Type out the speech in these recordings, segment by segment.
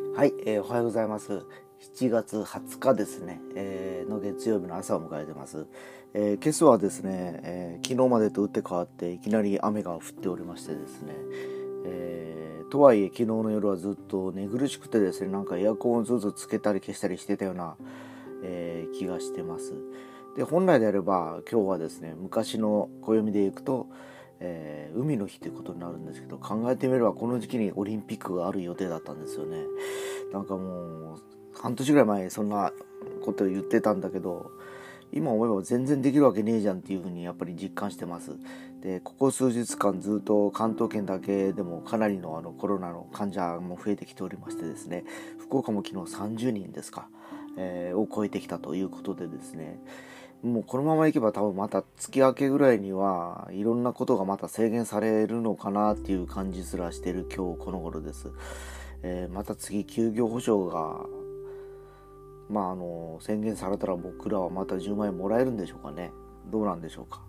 はい、おはようございます。7月20日ですね、の月曜日の朝を迎えてます。今朝はですね、昨日までと打って変わっていきなり雨が降っておりましてですね、とはいえ昨日の夜はずっと寝苦しくてですね、なんかエアコンをずっとつけたり消したりしてたような、気がしてます。で、本来であれば今日はですね、昔の暦でいくと、海の日ということになるんですけど、考えてみればこの時期にオリンピックがある予定だったんですよね。なんかもう半年ぐらい前そんなことを言ってたんだけど、今思えば全然できるわけねえじゃんっていうふうにやっぱり実感してます。で、ここ数日間ずっと関東圏だけでもかなりのコロナの患者も増えてきておりましてですね、福岡も昨日30人ですか、を超えてきたということでですね、もうこのままいけば多分また月明けぐらいにはいろんなことがまた制限されるのかなっていう感じすらしてる今日この頃です。また次休業保障が宣言されたら僕らはまた10万円もらえるんでしょうかね。どうなんでしょうか。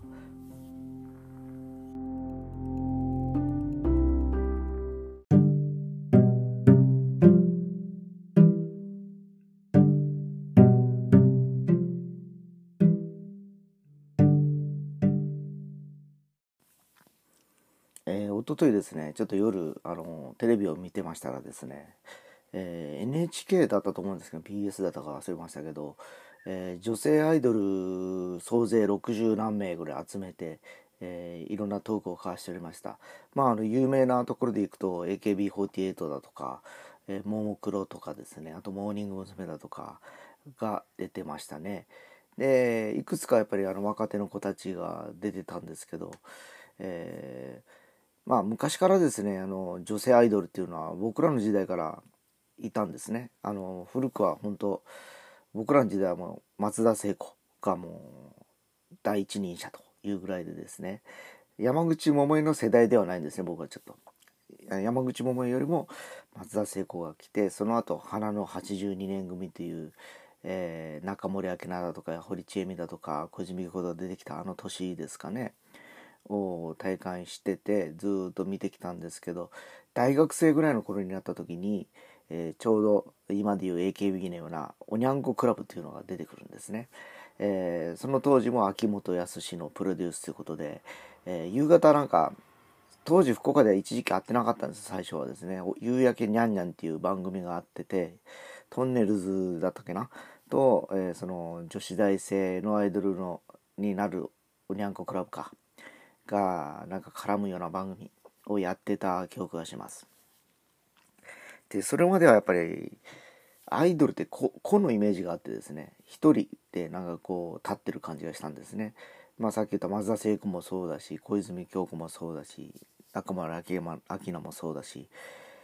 一昨日ですね、ちょっと夜テレビを見てましたらですね、NHK だったと思うんですけど BS だったか忘れましたけど、女性アイドル総勢60何名ぐらい集めて、いろんなトークを交わしておりました。有名なところでいくと AKB48 だとか、ももクロとかですね、あとモーニング娘。だとかが出てましたね。で、いくつかやっぱり若手の子たちが出てたんですけど、えー昔からですね、女性アイドルっていうのは僕らの時代からいたんですね。古くは本当僕らの時代はもう松田聖子がもう第一人者というぐらいでですね、山口百恵の世代ではないんですね、僕はちょっと。山口百恵よりも松田聖子が来て、その後花の82年組という、中森明菜だとか堀ちえみだとか小泉今子が出てきたあの年ですかね。を体感しててずっと見てきたんですけど、大学生ぐらいの頃になった時に、ちょうど今でいう AKB のようなおにゃんこクラブっていうのが出てくるんですね。その当時も秋元康のプロデュースということで、夕方なんか当時福岡では一時期会ってなかったんです。最初はですね、夕焼けにゃんにゃんっていう番組があってて、トンネルズだったっけなと、その女子大生のアイドルのになるおにゃんこクラブがなんか絡むような番組をやってた記憶がします。で、それまではやっぱりアイドルって個のイメージがあってですね、一人でなんかこう立ってる感じがしたんですね。さっき言った松田聖子もそうだし、小泉今日子もそうだし、中村明菜もそうだし、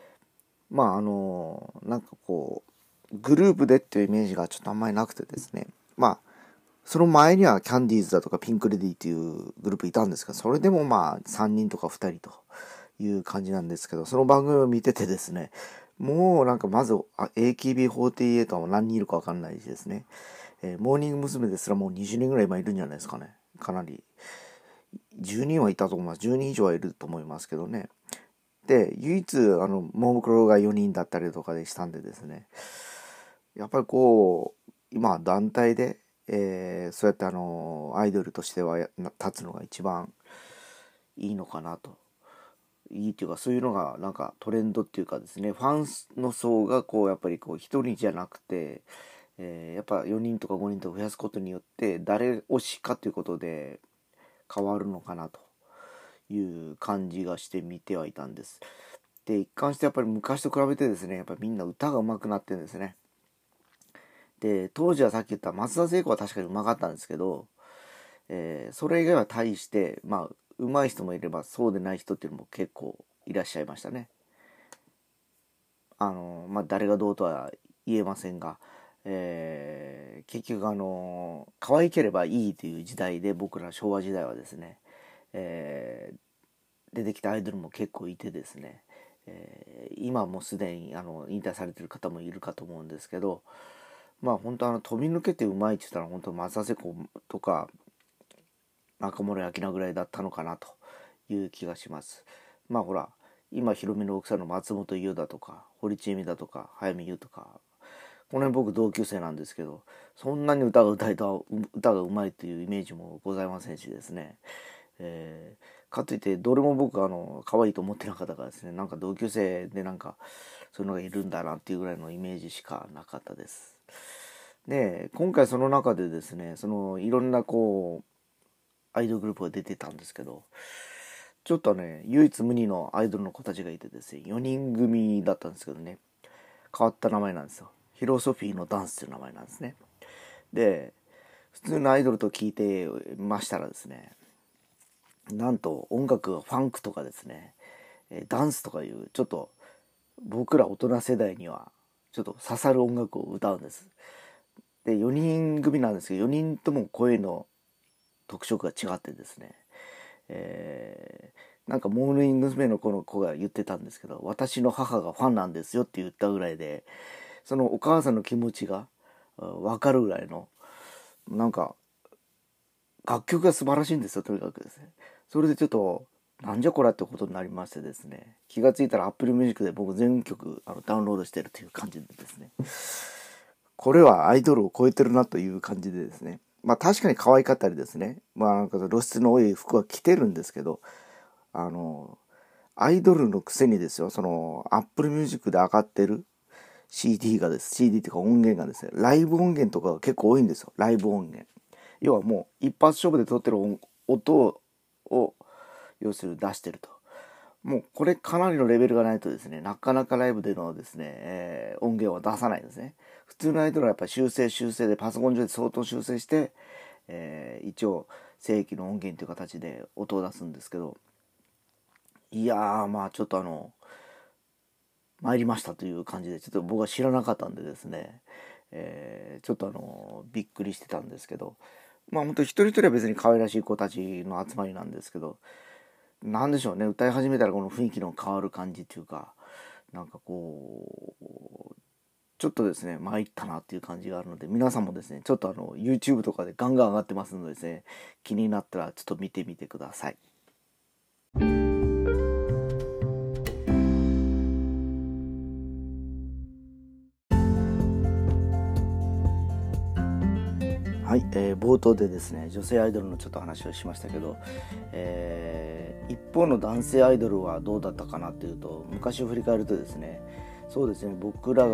なんかこうグループでっていうイメージがちょっとあんまりなくてですね、その前にはキャンディーズだとかピンクレディーっていうグループいたんですが、それでも3人とか2人という感じなんですけど、その番組を見ててですね、もうなんかまずAKB48 は何人いるか分かんないしですね、モーニング娘。ですらもう20人ぐらい今いるんじゃないですかね。かなり。10人はいたと思います。10人以上はいると思いますけどね。で、唯一、ももクロが4人だったりとかでしたんでですね、やっぱりこう、今団体で、そうやってアイドルとしては立つのが一番いいのかなと。いいっていうか、そういうのがなんかトレンドっていうかですね、ファンの層がこう、やっぱりこう、一人じゃなくて、やっぱ4人とか5人とか増やすことによって、誰推しかということで変わるのかなという感じがして見てはいたんです。で、一貫してやっぱり昔と比べてですね、やっぱりみんな歌が上手くなってるんですね。で、当時はさっき言った松田聖子は確かに上手かったんですけど、それ以外は対して、上手い人もいればそうでない人っていうのも結構いらっしゃいましたね。誰がどうとは言えませんが、結局可愛ければいいという時代で、僕ら昭和時代はですね、出てきたアイドルも結構いてですね、今もうすでに引退されてる方もいるかと思うんですけど、本当飛び抜けてうまいって言ったら本当松田聖子とか中森明菜ぐらいだったのかなという気がします。ほら今ヒロミの奥さんの松本伊代だとか堀ちえみだとか早見優とか、この辺僕同級生なんですけど、そんなに歌がうまいというイメージもございませんしですね、かといってどれも僕可愛いと思ってなかったからですね、なんか同級生でなんかそういうのがいるんだなっていうぐらいのイメージしかなかったです。で今回その中でですね、いろんなアイドルグループが出てたんですけど、ちょっとね唯一無二のアイドルの子たちがいてですね、4人組だったんですけどね、変わった名前なんですよ。フィロソフィーのダンスという名前なんですね。で普通のアイドルと聞いてましたらですね、なんと音楽がファンクとかですね、ダンスとかいうちょっと僕ら大人世代にはちょっと刺さる音楽を歌うんです。で4人組なんですけど、4人とも声の特色が違ってですね、なんかモーニング娘。のこの子が言ってたんですけど、私の母がファンなんですよって言ったぐらいで、そのお母さんの気持ちが分かるぐらいの、なんか楽曲が素晴らしいんですよ、とにかくですね。それでちょっとなんじゃこらってことになりましてですね、気がついたら Apple Music で僕全曲ダウンロードしてるという感じでですね、これはアイドルを超えてるなという感じでですね、まあ確かに可愛かったりですね、まあなんか露出の多い服は着てるんですけど、アイドルのくせにですよ、Apple Music で上がってる CD がです、CD っていうか音源がですね、ライブ音源とかが結構多いんですよ、ライブ音源。要はもう一発勝負で撮ってる音を要するに出してると。もうこれかなりのレベルがないとですね、なかなかライブでのですね、音源は出さないんですね。普通のアイドルはやっぱり修正でパソコン上で相当修正して、一応正規の音源という形で音を出すんですけど、いやーまあちょっと参りましたという感じで、ちょっと僕は知らなかったんでですね、ちょっとびっくりしてたんですけど、まあ本当一人一人は別に可愛らしい子たちの集まりなんですけど、なんでしょうね、歌い始めたらこの雰囲気の変わる感じっていうか、なんかちょっとですね参ったなっていう感じがあるので、皆さんもですねちょっとYouTube とかでガンガン上がってますのでですね、気になったらちょっと見てみてください。はい、冒頭でですね女性アイドルのちょっと話をしましたけど、一方の男性アイドルはどうだったかなっていうと、昔を振り返るとですね、そうですね、僕は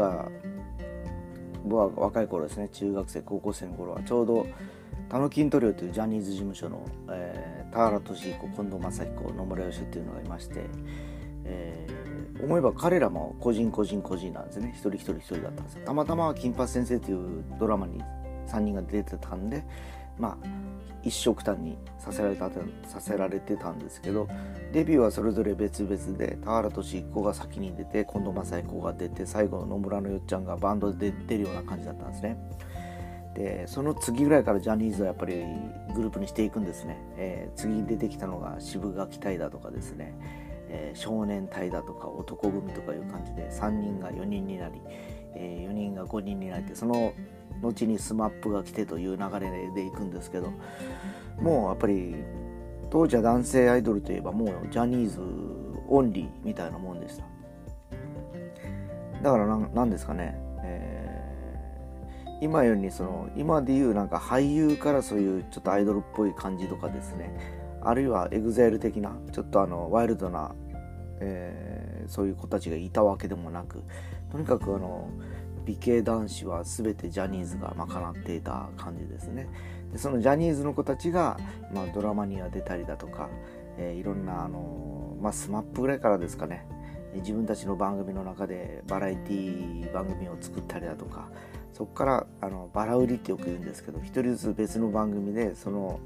若い頃ですね、中学生高校生の頃はちょうどタノキントリオというジャニーズ事務所の、田原俊彦、近藤正彦、野村義っていうのがいまして、思えば彼らも個人なんですね。一人だったんですよ。たまたま金八先生というドラマに3人が出てたんで、まあ一緒くたにさせられてたんですけど、デビューはそれぞれ別々で、田原俊彦が先に出て、近藤正彦が出て、最後野村のよっちゃんがバンドで出るような感じだったんですね。でその次ぐらいからジャニーズはやっぱりグループにしていくんですね。次に出てきたのが渋垣隊だとかですね、少年隊だとか男組とかいう感じで、3人が4人になり、4人が5人になって、その後にスマップが来てという流れでいくんですけど、もうやっぱり当時は男性アイドルといえばもうジャニーズオンリーみたいなもんでした。だからなんですかね、今より今でいうなんか俳優からそういうちょっとアイドルっぽい感じとかですね、あるいはエグザイル的なちょっとワイルドな、そういう子たちがいたわけでもなく、とにかく美形男子は全てジャニーズが賄っていた感じですね。でそのジャニーズの子たちが、ドラマには出たりだとか、いろんなスマップぐらいからですかね、自分たちの番組の中でバラエティ番組を作ったりだとか、そこからバラ売りってよく言うんですけど、一人ずつ別の番組で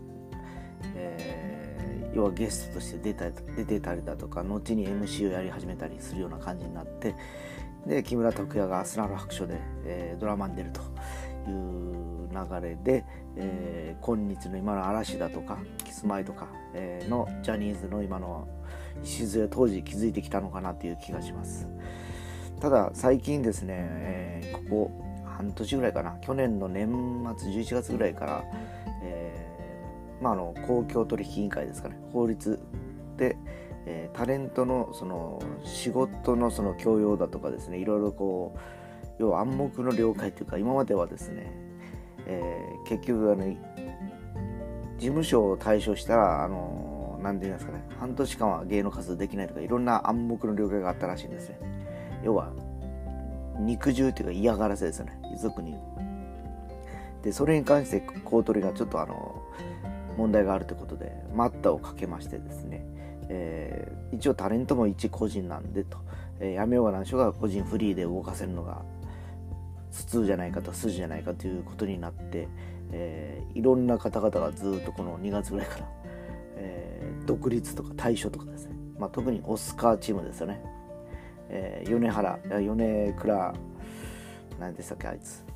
要はゲストとして出てたりだとか、後に MC をやり始めたりするような感じになって、で木村拓哉が「アスナル白書で」ドラマに出るという流れで、今日の今の嵐だとかキスマイとか、のジャニーズの今の礎当時築いてきたのかなという気がします。ただ最近ですね、ここ半年ぐらいかな、去年の年末11月ぐらいから、公共取引委員会ですかね、法律で、 タレントのその仕事のその教養だとかですね、いろいろこう要は暗黙の了解というか、今まではですね、結局事務所を退所したら何て言いますかね、半年間は芸能活動できないとか、いろんな暗黙の了解があったらしいんですね。要は肉汁というか嫌がらせですよね、遺族に。でそれに関して公取がちょっと問題があるということで待ったをかけましてですね、一応タレントも一個人なんでと、やめようが何しようが個人フリーで動かせるのが普通じゃないかと筋じゃないかということになって、いろんな方々がずっとこの2月ぐらいから、独立とか退所とかですね、特にオスカーチームですよね、米倉何でしたっけ、あいつ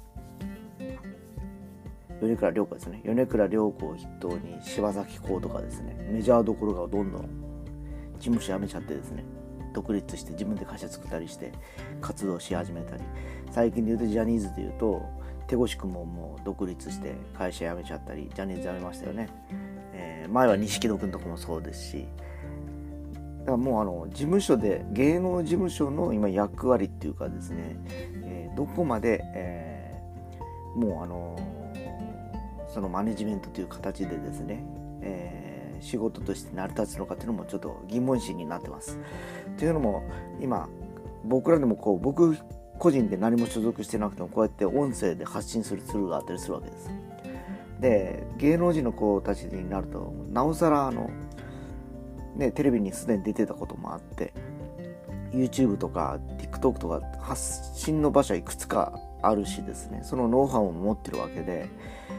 米倉涼子ですね。米倉涼子を筆頭に柴咲コウとかですね、メジャーどころがどんどん事務所辞めちゃってですね、独立して自分で会社作ったりして活動し始めたり、最近で言うとジャニーズで言うと手越くんももう独立して会社辞めちゃったり、ジャニーズ辞めましたよね。前は錦戸くんとかもそうですし、だからもう事務所で芸能事務所の今役割っていうかですね、どこまで、もうそのマネジメントという形でですね、仕事として成り立つのかっていうのもちょっと疑問視になってます。というのも今僕らでも僕個人で何も所属してなくてもこうやって音声で発信するツールがあったりするわけです。で芸能人の子たちになるとなおさらテレビにすでに出てたこともあって YouTube とか TikTok とか発信の場所はいくつかあるしですね、そのノウハウを持ってるわけで、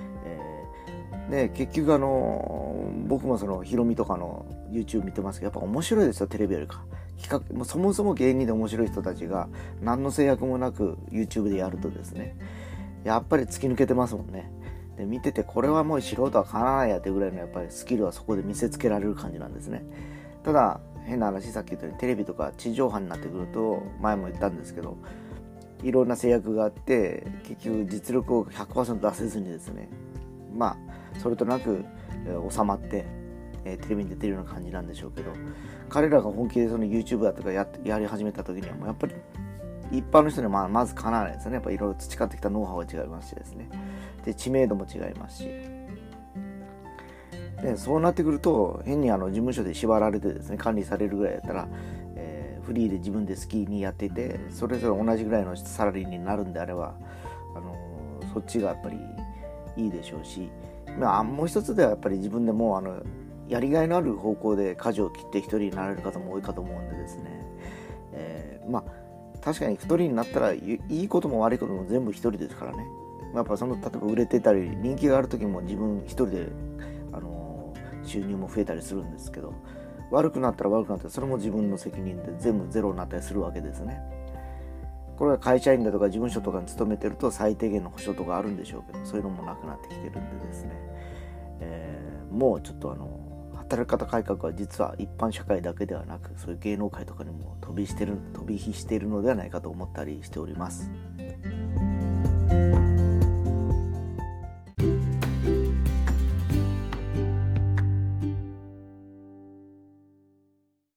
結局僕もそのヒロミとかの YouTube 見てますけど、やっぱ面白いですよ、テレビよりか。もうそもそも芸人で面白い人たちが何の制約もなく YouTube でやるとですね、やっぱり突き抜けてますもんね。で見ててこれはもう素人はかなわないやってぐらいのやっぱりスキルはそこで見せつけられる感じなんですね。ただ変な話、さっき言ったようにテレビとか地上波になってくると、前も言ったんですけど、いろんな制約があって結局実力を 100% 出せずにですね、それとなく収まって、テレビに出てるような感じなんでしょうけど、彼らが本気でその YouTube だとか やり始めた時にはもうやっぱり一般の人にはまずかなわないですよね。やっぱりいろいろ培ってきたノウハウが違いますしですね、で知名度も違いますし、でそうなってくると変に事務所で縛られてですね管理されるぐらいだったら、フリーで自分で好きにやっていてそれぞれ同じぐらいのサラリーになるんであれば、そっちがやっぱりいいでしょうし、もう一つではやっぱり自分でもやりがいのある方向で舵を切って一人になれる方も多いかと思うんでですね、確かに一人になったらいいことも悪いことも全部一人ですからね。やっぱ例えば売れてたり人気がある時も自分一人で収入も増えたりするんですけど、悪くなったら悪くなったらそれも自分の責任で全部ゼロになったりするわけですね。これは会社員だとか事務所とかに勤めてると最低限の保証とかあるんでしょうけど、そういうのもなくなってきてるんでですね、もうちょっと働き方改革は実は一般社会だけではなく、そういう芸能界とかにも飛び火しているのではないかと思ったりしております。